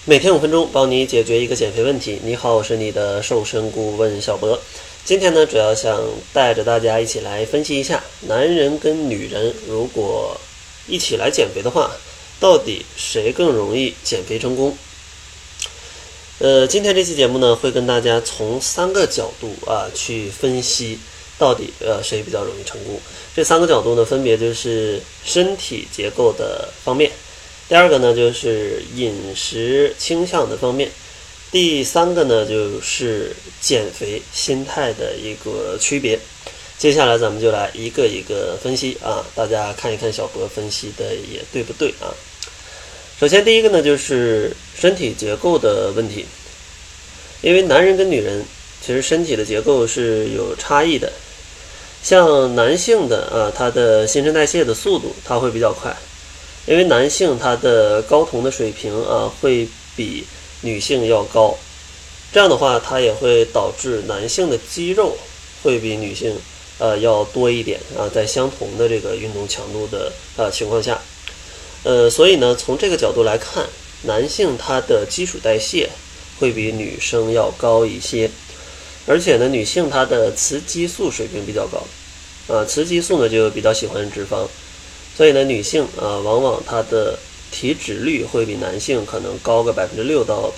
每天5分钟，帮你解决一个减肥问题。你好，我是你的瘦身顾问小博。今天呢，主要想带着大家一起来分析一下，男人跟女人如果一起来减肥的话，到底谁更容易减肥成功？今天这期节目呢，会跟大家从3个角度去分析，到底谁比较容易成功。这3个角度呢，分别就是身体结构的方面。第二个呢，就是饮食倾向的方面。第三个呢，就是减肥心态的一个区别。接下来咱们就来一个一个分析大家看一看小博分析的也对不对啊。首先第一个呢，就是身体结构的问题。因为男人跟女人其实身体的结构是有差异的。像男性的他的新陈代谢的速度它会比较快。因为男性他的睾酮的水平会比女性要高，这样的话它也会导致男性的肌肉会比女性要多一点在相同的这个运动强度的情况下，所以呢从这个角度来看，男性他的基础代谢会比女生要高一些，而且呢女性她的雌激素水平比较高雌激素呢就比较喜欢脂肪。所以呢，女性往往她的体脂率会比男性可能高个6%到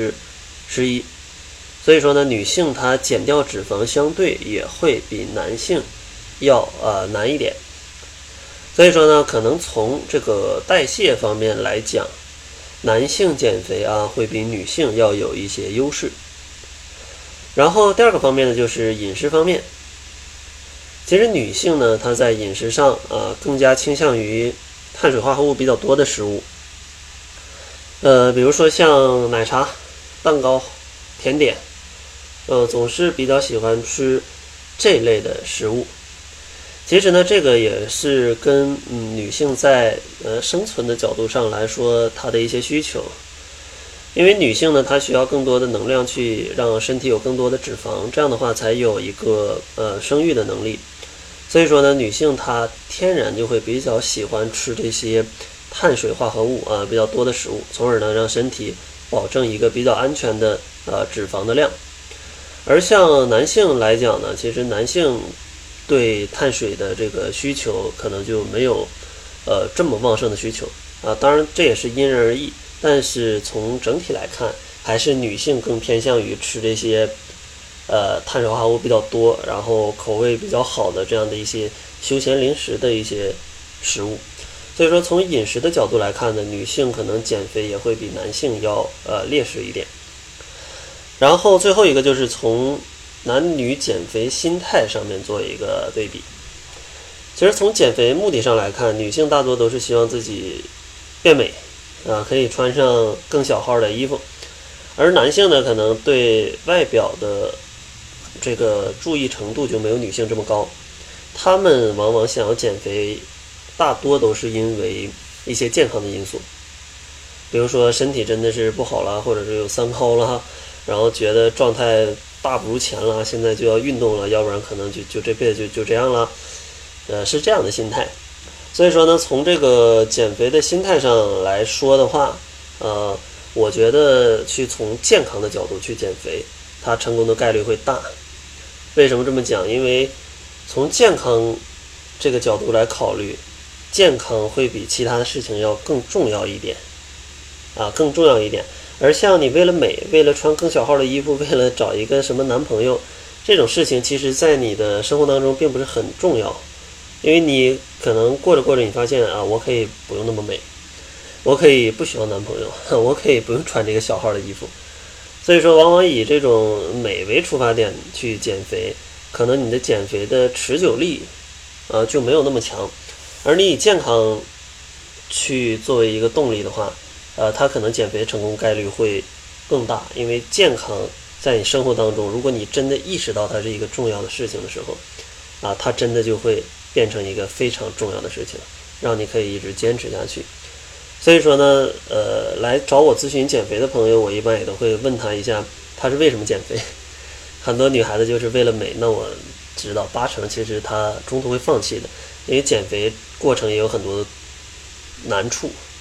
11%，所以说呢，女性她减掉脂肪相对也会比男性要难一点。所以说呢，可能从这个代谢方面来讲，男性减肥会比女性要有一些优势。然后第二个方面呢，就是饮食方面。其实女性呢，她在饮食上更加倾向于碳水化合物比较多的食物，比如说像奶茶、蛋糕、甜点，总是比较喜欢吃这类的食物。其实呢，这个也是跟女性在生存的角度上来说，她的一些需求。因为女性呢，她需要更多的能量去让身体有更多的脂肪，这样的话才有一个生育的能力。所以说呢，女性她天然就会比较喜欢吃这些碳水化合物比较多的食物，从而呢让身体保证一个比较安全的脂肪的量。而像男性来讲呢，其实男性对碳水的这个需求可能就没有这么旺盛的需求当然这也是因人而异，但是从整体来看，还是女性更偏向于吃这些碳水化合物比较多，然后口味比较好的这样的一些休闲零食的一些食物。所以说从饮食的角度来看呢，女性可能减肥也会比男性要劣势一点。然后最后一个就是从男女减肥心态上面做一个对比。其实从减肥目的上来看，女性大多都是希望自己变美可以穿上更小号的衣服，而男性呢可能对外表的这个注意程度就没有女性这么高，他们往往想要减肥大多都是因为一些健康的因素，比如说身体真的是不好了，或者是有三高了，然后觉得状态大不如前了，现在就要运动了，要不然可能就这辈子就这样了，是这样的心态。所以说呢，从这个减肥的心态上来说的话我觉得去从健康的角度去减肥，它成功的概率会大。为什么这么讲？因为从健康这个角度来考虑，健康会比其他的事情要更重要一点更重要一点。而像你为了美，为了穿更小号的衣服，为了找一个什么男朋友，这种事情其实在你的生活当中并不是很重要。因为你可能过着过着，你发现我可以不用那么美，我可以不需要男朋友，我可以不用穿这个小号的衣服。所以说往往以这种美为出发点去减肥，可能你的减肥的持久力就没有那么强。而你以健康去作为一个动力的话它可能减肥成功概率会更大。因为健康在你生活当中，如果你真的意识到它是一个重要的事情的时候它真的就会变成一个非常重要的事情，让你可以一直坚持下去。所以说呢来找我咨询减肥的朋友，我一般也都会问他一下他是为什么减肥。很多女孩子就是为了美，那我知道80%其实她中途会放弃的，因为减肥过程也有很多难处，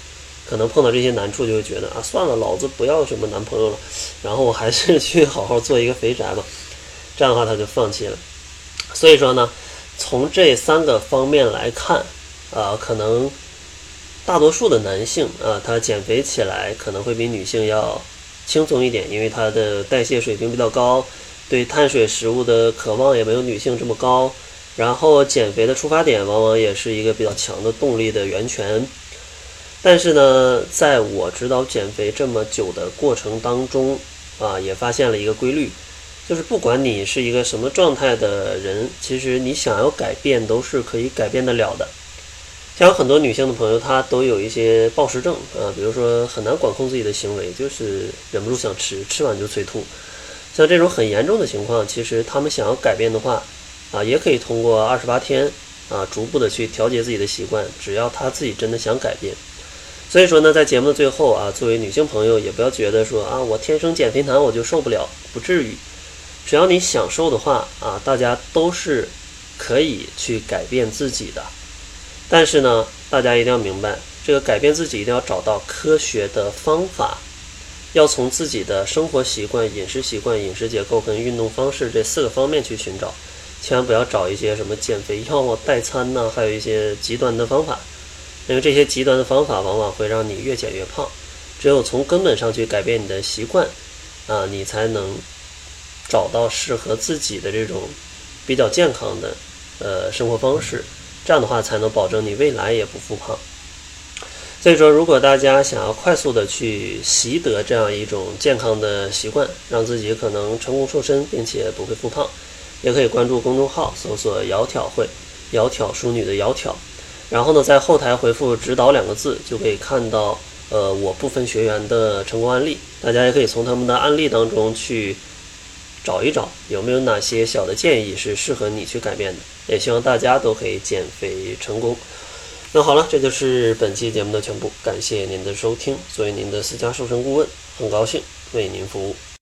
可能碰到这些难处就会觉得啊，算了，老子不要什么男朋友了，然后我还是去好好做一个肥宅吧，这样的话他就放弃了。所以说呢，从这3个方面来看可能大多数的男性他减肥起来可能会比女性要轻松一点，因为他的代谢水平比较高，对碳水食物的渴望也没有女性这么高，然后减肥的出发点往往也是一个比较强的动力的源泉。但是呢，在我指导减肥这么久的过程当中也发现了一个规律，就是不管你是一个什么状态的人，其实你想要改变都是可以改变得了的。像有很多女性的朋友，她都有一些暴食症比如说很难管控自己的行为，就是忍不住想吃，吃完就催吐。像这种很严重的情况，其实她们想要改变的话也可以通过28天逐步的去调节自己的习惯，只要她自己真的想改变。所以说呢，在节目的最后作为女性朋友也不要觉得说我天生减肥男我就受不了，不至于。只要你想瘦的话大家都是可以去改变自己的。但是呢，大家一定要明白，这个改变自己一定要找到科学的方法，要从自己的生活习惯、饮食习惯、饮食结构跟运动方式这4个方面去寻找，千万不要找一些什么减肥药代餐还有一些极端的方法，因为这些极端的方法往往会让你越减越胖。只有从根本上去改变你的习惯你才能找到适合自己的这种比较健康的生活方式，这样的话才能保证你未来也不复胖。所以说，如果大家想要快速的去习得这样一种健康的习惯，让自己可能成功瘦身并且不会复胖，也可以关注公众号搜索窈窕会，窈窕淑女的窈窕，然后呢在后台回复指导2个字，就可以看到我部分学员的成功案例。大家也可以从他们的案例当中去找一找有没有哪些小的建议是适合你去改变的，也希望大家都可以减肥成功。那好了，这就是本期节目的全部，感谢您的收听。作为您的私家瘦身顾问，很高兴为您服务。